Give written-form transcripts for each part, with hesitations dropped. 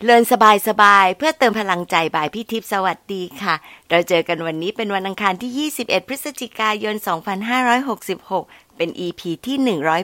เลินสบายๆเพื่อเติมพลังใจบายพี่ทิพย์สวัสดีค่ะเราเจอกันวันนี้เป็นวันอังคารที่21พฤศจิกายน2566เป็น EP ที่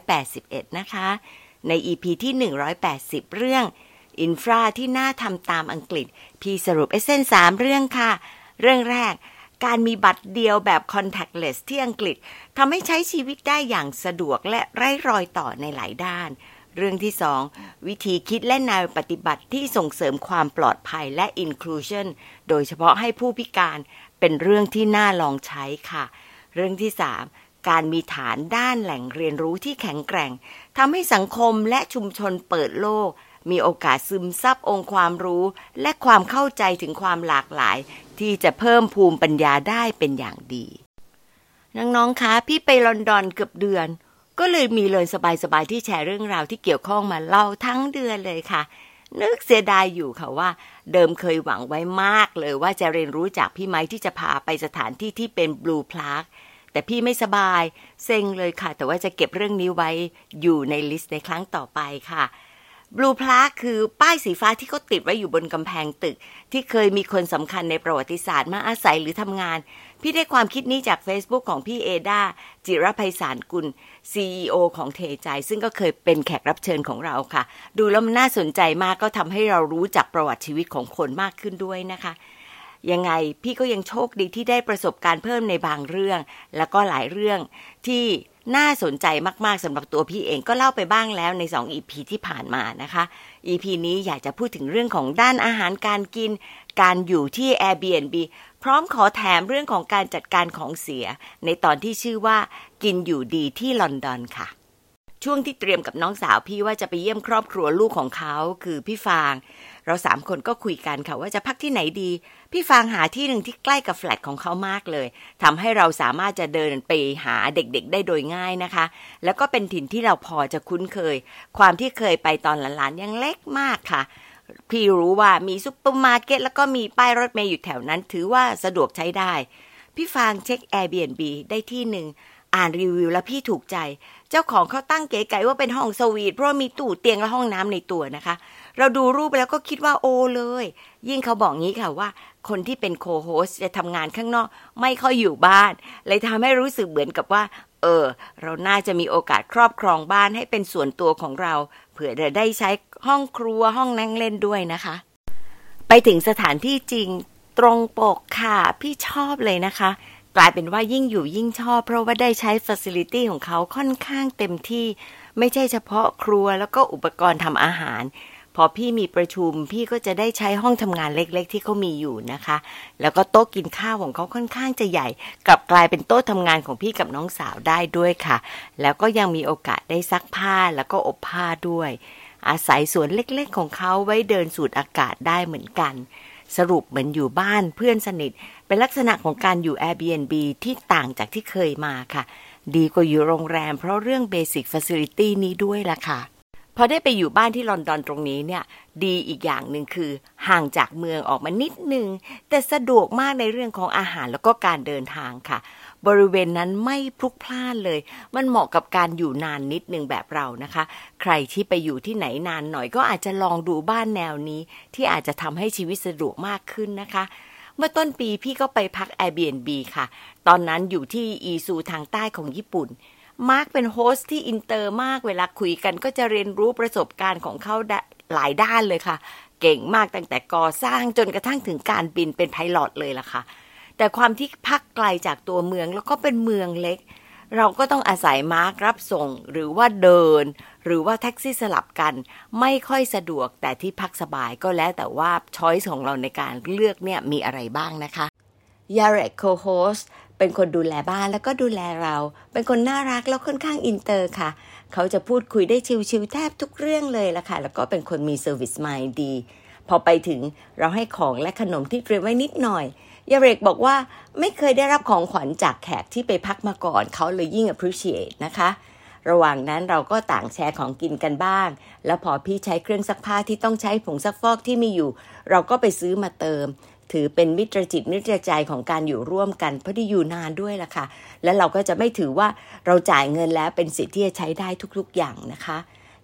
181นะคะใน EP ที่180เรื่องอินฟราที่น่าทำตามอังกฤษพี่สรุปเอเซน3เรื่องค่ะเรื่องแรกการมีบัตรเดียวแบบ contactless ที่อังกฤษทำให้ใช้ชีวิตได้อย่างสะดวกและไร้รอยต่อในหลายด้านเรื่องที่2วิธีคิดและแนวปฏิบัติที่ส่งเสริมความปลอดภัยและ inclusion โดยเฉพาะให้ผู้พิการเป็นเรื่องที่น่าลองใช้ค่ะเรื่องที่3การมีฐานด้านแหล่งเรียนรู้ที่แข็งแกร่งทำให้สังคมและชุมชนเปิดโลกมีโอกาสซึมซับองค์ความรู้และความเข้าใจถึงความหลากหลายที่จะเพิ่มภูมิปัญญาได้เป็นอย่างดีน้องๆคะพี่ไปลอนดอนเกือบเดือนก็เลยมีเลยสบายๆที่แชร์เรื่องราวที่เกี่ยวข้องมาเล่าทั้งเดือนเลยค่ะนึกเสียดายอยู่ค่ะว่าเดิมเคยหวังไว้มากเลยว่าจะเรียนรู้จากพี่ไม้ที่จะพาไปสถานที่ที่เป็นบลูพลาร์กแต่พี่ไม่สบายเซ็งเลยค่ะแต่ว่าจะเก็บเรื่องนี้ไว้อยู่ในลิสต์ในครั้งต่อไปค่ะบลูพลาร์กคือป้ายสีฟ้าที่เขาติดไว้อยู่บนกำแพงตึกที่เคยมีคนสำคัญในประวัติศาสตร์มาอาศัยหรือทำงานพี่ได้ความคิดนี้จาก Facebook ของพี่เอดาจิรไพศาลกุล CEO ของเทใจซึ่งก็เคยเป็นแขกรับเชิญของเราค่ะดูแล้วมันน่าสนใจมากก็ทำให้เรารู้จักประวัติชีวิตของคนมากขึ้นด้วยนะคะยังไงพี่ก็ยังโชคดีที่ได้ประสบการณ์เพิ่มในบางเรื่องแล้วก็หลายเรื่องที่น่าสนใจมากๆสำหรับตัวพี่เองก็เล่าไปบ้างแล้วใน2 EP ที่ผ่านมานะคะ EP นี้อยากจะพูดถึงเรื่องของด้านอาหารการกินการอยู่ที่ Airbnb พร้อมขอแถมเรื่องของการจัดการของเสียในตอนที่ชื่อว่ากินอยู่ดีที่ลอนดอนค่ะช่วงที่เตรียมกับน้องสาวพี่ว่าจะไปเยี่ยมครอบครัวลูกของเขาคือพี่ฟางเรา3คนก็คุยกันค่ะว่าจะพักที่ไหนดีพี่ฟางหาที่หนึ่งที่ใกล้กับแฟลตของเขามากเลยทำให้เราสามารถจะเดินไปหาเด็กๆได้โดยง่ายนะคะแล้วก็เป็นถิ่นที่เราพอจะคุ้นเคยความที่เคยไปตอนหลานๆยังเล็กมากค่ะพี่รู้ว่ามีซุปเปอร์มาร์เก็ตแล้วก็มีป้ายรถเมล์อยู่แถวนั้นถือว่าสะดวกใช้ได้พี่ฟางเช็ค Airbnb ได้ที่หนึ่งอ่านรีวิวแล้วพี่ถูกใจเจ้าของเขาตั้งเก๋ไก๋ว่าเป็นห้องสวีทเพราะมีตู้เตียงและห้องน้ำในตัวนะคะเราดูรูปแล้วก็คิดว่าโอเลยยิ่งเขาบอกงี้ค่ะว่าคนที่เป็นโคโฮสต์จะทำงานข้างนอกไม่ค่อยอยู่บ้านเลยทำให้รู้สึกเหมือนกับว่าเราน่าจะมีโอกาสครอบครองบ้านให้เป็นส่วนตัวของเราเผื่อจะได้ใช้ห้องครัวห้องนั่งเล่นด้วยนะคะไปถึงสถานที่จริงตรงปกค่ะพี่ชอบเลยนะคะกลายเป็นว่ายิ่งอยู่ยิ่งชอบเพราะว่าได้ใช้ facility ของเขาค่อนข้างเต็มที่ไม่ใช่เฉพาะครัวแล้วก็อุปกรณ์ทำอาหารพอพี่มีประชุมพี่ก็จะได้ใช้ห้องทำงานเล็กๆที่เขามีอยู่นะคะแล้วก็โต๊ะกินข้าวของเขาค่อนข้างจะใหญ่กลับกลายเป็นโต๊ะทำงานของพี่กับน้องสาวได้ด้วยค่ะแล้วก็ยังมีโอกาสได้ซักผ้าแล้วก็อบผ้าด้วยอาศัยสวนเล็กๆของเขาไว้เดินสูดอากาศได้เหมือนกันสรุปเหมือนอยู่บ้านเพื่อนสนิทเป็นลักษณะของการอยู่ Airbnb ที่ต่างจากที่เคยมาค่ะดีกว่าอยู่โรงแรมเพราะเรื่อง Basic Facility นี้ด้วยล่ะค่ะพอได้ไปอยู่บ้านที่ลอนดอนตรงนี้เนี่ยดีอีกอย่างหนึ่งคือห่างจากเมืองออกมานิดนึงแต่สะดวกมากในเรื่องของอาหารแล้วก็การเดินทางค่ะบริเวณนั้นไม่พลุกพล่านเลยมันเหมาะกับการอยู่นานนิดนึงแบบเรานะคะใครที่ไปอยู่ที่ไหนนานหน่อยก็อาจจะลองดูบ้านแนวนี้ที่อาจจะทำให้ชีวิตสะดวกมากขึ้นนะคะเมื่อต้นปีพี่ก็ไปพัก Airbnb ค่ะตอนนั้นอยู่ที่อีซูทางใต้ของญี่ปุ่นมาร์คเป็นโฮสต์ที่อินเตอร์มากเวลาคุยกันก็จะเรียนรู้ประสบการณ์ของเขาหลายด้านเลยค่ะเก่งมากตั้งแต่ก่อสร้างจนกระทั่งถึงการบินเป็นไพลอตเลยล่ะค่ะแต่ความที่พักไกลจากตัวเมืองแล้วก็เป็นเมืองเล็กเราก็ต้องอาศัยมาร์ครับส่งหรือว่าเดินหรือว่าแท็กซี่สลับกันไม่ค่อยสะดวกแต่ที่พักสบายก็แล้วแต่ว่าช้อยส์ของเราในการเลือกเนี่ยมีอะไรบ้างนะคะยาเรกโคโฮสเป็นคนดูแลบ้านแล้วก็ดูแลเราเป็นคนน่ารักแล้วค่อนข้างอินเตอร์ค่ะเขาจะพูดคุยได้ชิวๆแทบทุกเรื่องเลยล่ะค่ะแล้วก็เป็นคนมีเซอร์วิสมายด์ดีพอไปถึงเราให้ของและขนมที่เตรียมไว้นิดหน่อยยาเรกบอกว่าไม่เคยได้รับของขวัญจากแขกที่ไปพักมาก่อนเขาเลยยิ่ง appreciate นะคะระหว่างนั้นเราก็ต่างแชร์ของกินกันบ้างแล้วพอพี่ใช้เครื่องซักผ้าที่ต้องใช้ผงซักฟอกที่มีอยู่เราก็ไปซื้อมาเติมถือเป็นมิตรจิตมิตรใจของการอยู่ร่วมกันเพราะที่อยู่นานด้วยล่ะค่ะและเราก็จะไม่ถือว่าเราจ่ายเงินแล้วเป็นสิทธิ์ที่จะใช้ได้ทุกๆอย่างนะคะ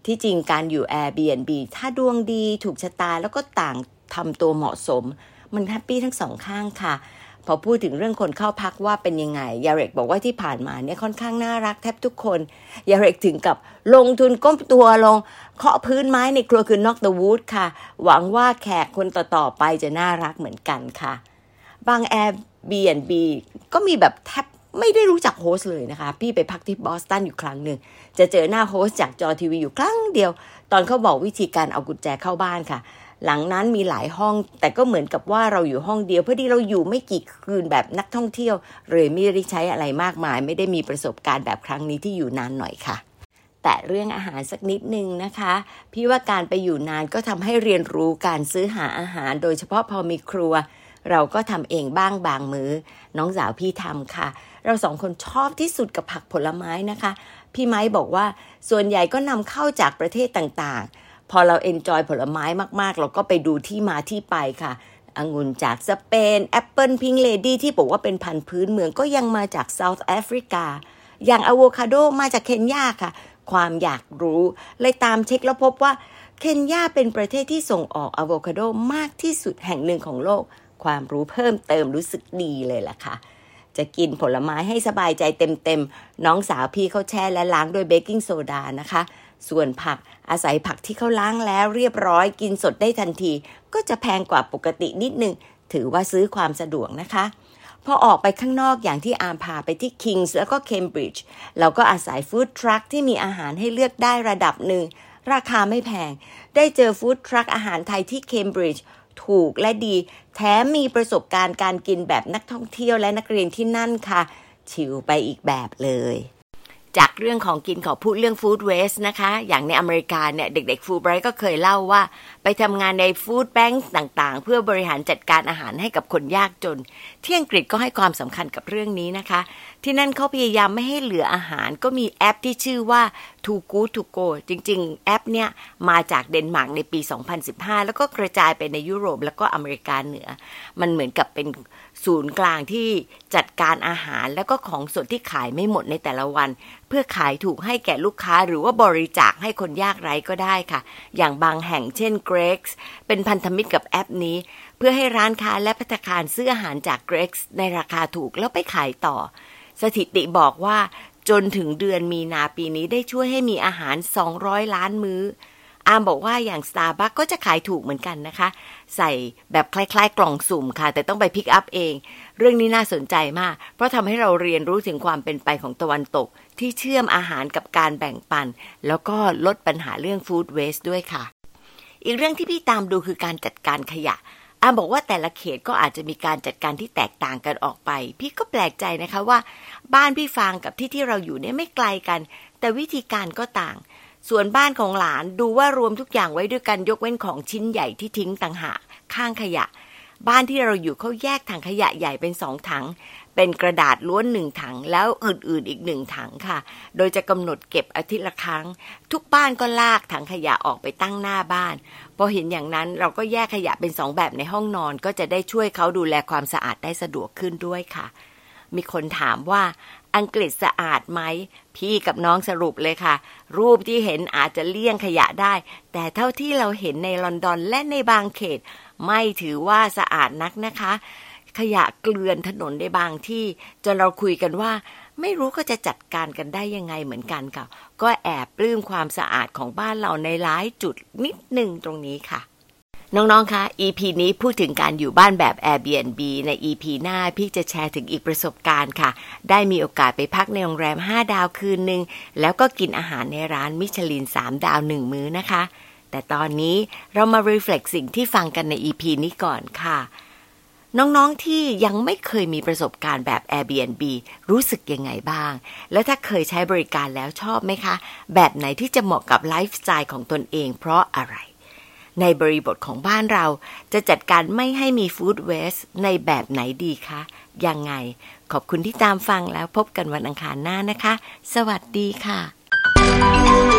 ที่จริงการอยู่ Airbnb ถ้าดวงดีถูกชะตาแล้วก็ต่างทำตัวเหมาะสมมันแฮปปี้ทั้งสองข้างค่ะพอพูดถึงเรื่องคนเข้าพักว่าเป็นยังไงยาเร็กบอกว่าที่ผ่านมาเนี่ยค่อนข้างน่ารักแทบทุกคนยาเร็กถึงกับลงทุนก้มตัวลงเคาะพื้นไม้ในครัวคือ knock the wood ค่ะหวังว่าแขกคนต่อๆไปจะน่ารักเหมือนกันค่ะบาง Airbnb ก็มีแบบแทบไม่ได้รู้จักโฮสต์เลยนะคะพี่ไปพักที่บอสตันอยู่ครั้งหนึ่งจะเจอหน้าโฮสต์จากจอทีวีอยู่ครั้งเดียวตอนเขาบอกวิธีการเอากุญแจเข้าบ้านค่ะหลังนั้นมีหลายห้องแต่ก็เหมือนกับว่าเราอยู่ห้องเดียวเพื่อที่เราอยู่ไม่กี่คืนแบบนักท่องเที่ยวเลยไม่ได้ใช้อะไรมากมายไม่ได้มีประสบการณ์แบบครั้งนี้ที่อยู่นานหน่อยค่ะแต่เรื่องอาหารสักนิดนึงนะคะพี่ว่าการไปอยู่นานก็ทำให้เรียนรู้การซื้อหาอาหารโดยเฉพาะพอมีครัวเราก็ทำเองบ้างบางมื้อน้องสาวพี่ทำค่ะเราสองคนชอบที่สุดกับผักผลไม้นะคะพี่ไม้บอกว่าส่วนใหญ่ก็นำเข้าจากประเทศต่างๆพอเราเอนจอยผลไม้มากๆเราก็ไปดูที่มาที่ไปค่ะองุ่นจากสเปนแอปเปิลพิงค์เลดี้ที่บอกว่าเป็นพันธุ์พื้นเมืองก็ยังมาจากเซาท์แอฟริกาอย่างอะโวคาโดมาจากเคนยาค่ะความอยากรู้เลยตามเช็คแล้วพบว่าเคนยาเป็นประเทศที่ส่งออกอะโวคาโดมากที่สุดแห่งหนึ่งของโลกความรู้เพิ่มเติมรู้สึกดีเลยล่ะค่ะจะกินผลไม้ให้สบายใจเต็มๆน้องสาวพี่เขาแช่และล้างด้วยเบกกิ้งโซดานะคะส่วนผักอาศัยผักที่เขาล้างแล้วเรียบร้อยกินสดได้ทันทีก็จะแพงกว่าปกตินิดนึงถือว่าซื้อความสะดวกนะคะพอออกไปข้างนอกอย่างที่อามพาไปที่ Kings แล้วก็ Cambridge เราก็อาศัยฟู้ดทรัคที่มีอาหารให้เลือกได้ระดับหนึ่งราคาไม่แพงได้เจอฟู้ดทรัคอาหารไทยที่ Cambridgeถูกและดีแถมมีประสบการณ์การกินแบบนักท่องเที่ยวและนักเรียนที่นั่นค่ะชิลไปอีกแบบเลยจากเรื่องของกินขอพูดเรื่องฟู้ดเวสต์นะคะอย่างในอเมริกาเนี่ยเด็กๆฟูลไบรท์ก็เคยเล่าว่าไปทำงานในฟู้ดแบงค์ต่างๆเพื่อบริหารจัดการอาหารให้กับคนยากจนที่อังกฤษก็ให้ความสำคัญกับเรื่องนี้นะคะที่นั่นเขาพยายามไม่ให้เหลืออาหารก็มีแอปที่ชื่อว่า Too Good To Go จริงๆแอปเนี่ยมาจากเดนมาร์กในปี 2015 แล้วก็กระจายไปในยุโรปแล้วก็อเมริกาเหนือมันเหมือนกับเป็นศูนย์กลางที่จัดการอาหารแล้วก็ของสดที่ขายไม่หมดในแต่ละวันเพื่อขายถูกให้แก่ลูกค้าหรือว่าบริจาคให้คนยากไร้ก็ได้ค่ะอย่างบางแห่งเช่น Greggs เป็นพันธมิตรกับแอปนี้เพื่อให้ร้านค้าและภัตตาคารซื้ออาหารจาก Greggs ในราคาถูกแล้วไปขายต่อสถิติบอกว่าจนถึงเดือนมีนาปีนี้ได้ช่วยให้มีอาหาร200ล้านมื้ออามบอกว่าอย่าง Starbucks ก็จะขายถูกเหมือนกันนะคะใส่แบบคล้ายๆกล่องสุ่มค่ะแต่ต้องไปพิกอัพเองเรื่องนี้น่าสนใจมากเพราะทำให้เราเรียนรู้ถึงความเป็นไปของตะวันตกที่เชื่อมอาหารกับการแบ่งปันแล้วก็ลดปัญหาเรื่องฟู้ดเวสต์ด้วยค่ะอีกเรื่องที่พี่ตามดูคือการจัดการขยะอามบอกว่าแต่ละเขตก็อาจจะมีการจัดการที่แตกต่างกันออกไปพี่ก็แปลกใจนะคะว่าบ้านพี่ฟางกับที่เราอยู่เนี่ยไม่ไกลกันแต่วิธีการก็ต่างส่วนบ้านของหลานดูว่ารวมทุกอย่างไว้ด้วยกันยกเว้นของชิ้นใหญ่ที่ทิ้งต่างหากข้างขยะบ้านที่เราอยู่เขาแยกถังขยะใหญ่เป็น2ถังเป็นกระดาษล้วน1ถังแล้วอื่นๆอีก1ถังค่ะโดยจะกำหนดเก็บอาทิตย์ละครั้งทุกบ้านก็ลากถังขยะออกไปตั้งหน้าบ้านพอเห็นอย่างนั้นเราก็แยกขยะเป็น2แบบในห้องนอนก็จะได้ช่วยเขาดูแลความสะอาดได้สะดวกขึ้นด้วยค่ะมีคนถามว่าอังกฤษสะอาดไหมพี่กับน้องสรุปเลยค่ะรูปที่เห็นอาจจะเลี่ยงขยะได้แต่เท่าที่เราเห็นในลอนดอนและในบางเขตไม่ถือว่าสะอาดนักนะคะขยะเกลื่อนถนนในบางที่จนเราคุยกันว่าไม่รู้ก็จะจัดการกันได้ยังไงเหมือนกันค่ะก็แอบปลื้มความสะอาดของบ้านเราในหลายจุดนิดนึงตรงนี้ค่ะน้องๆคะ EP นี้พูดถึงการอยู่บ้านแบบ Airbnb ใน EP หน้าพี่จะแชร์ถึงอีกประสบการณ์ค่ะได้มีโอกาสไปพักในโรงแรม5ดาวคืนนึงแล้วก็กินอาหารในร้านมิชลิน3ดาว1มื้อนะคะแต่ตอนนี้เรามา reflect สิ่งที่ฟังกันใน EP นี้ก่อนค่ะน้องๆที่ยังไม่เคยมีประสบการณ์แบบ Airbnb รู้สึกยังไงบ้างแล้วถ้าเคยใช้บริการแล้วชอบไหมคะแบบไหนที่จะเหมาะกับไลฟ์สไตล์ของตนเองเพราะอะไรในบริบทของบ้านเราจะจัดการไม่ให้มีฟู้ดเวสต์ในแบบไหนดีคะยังไงขอบคุณที่ตามฟังแล้วพบกันวันอังคารหน้านะคะสวัสดีค่ะ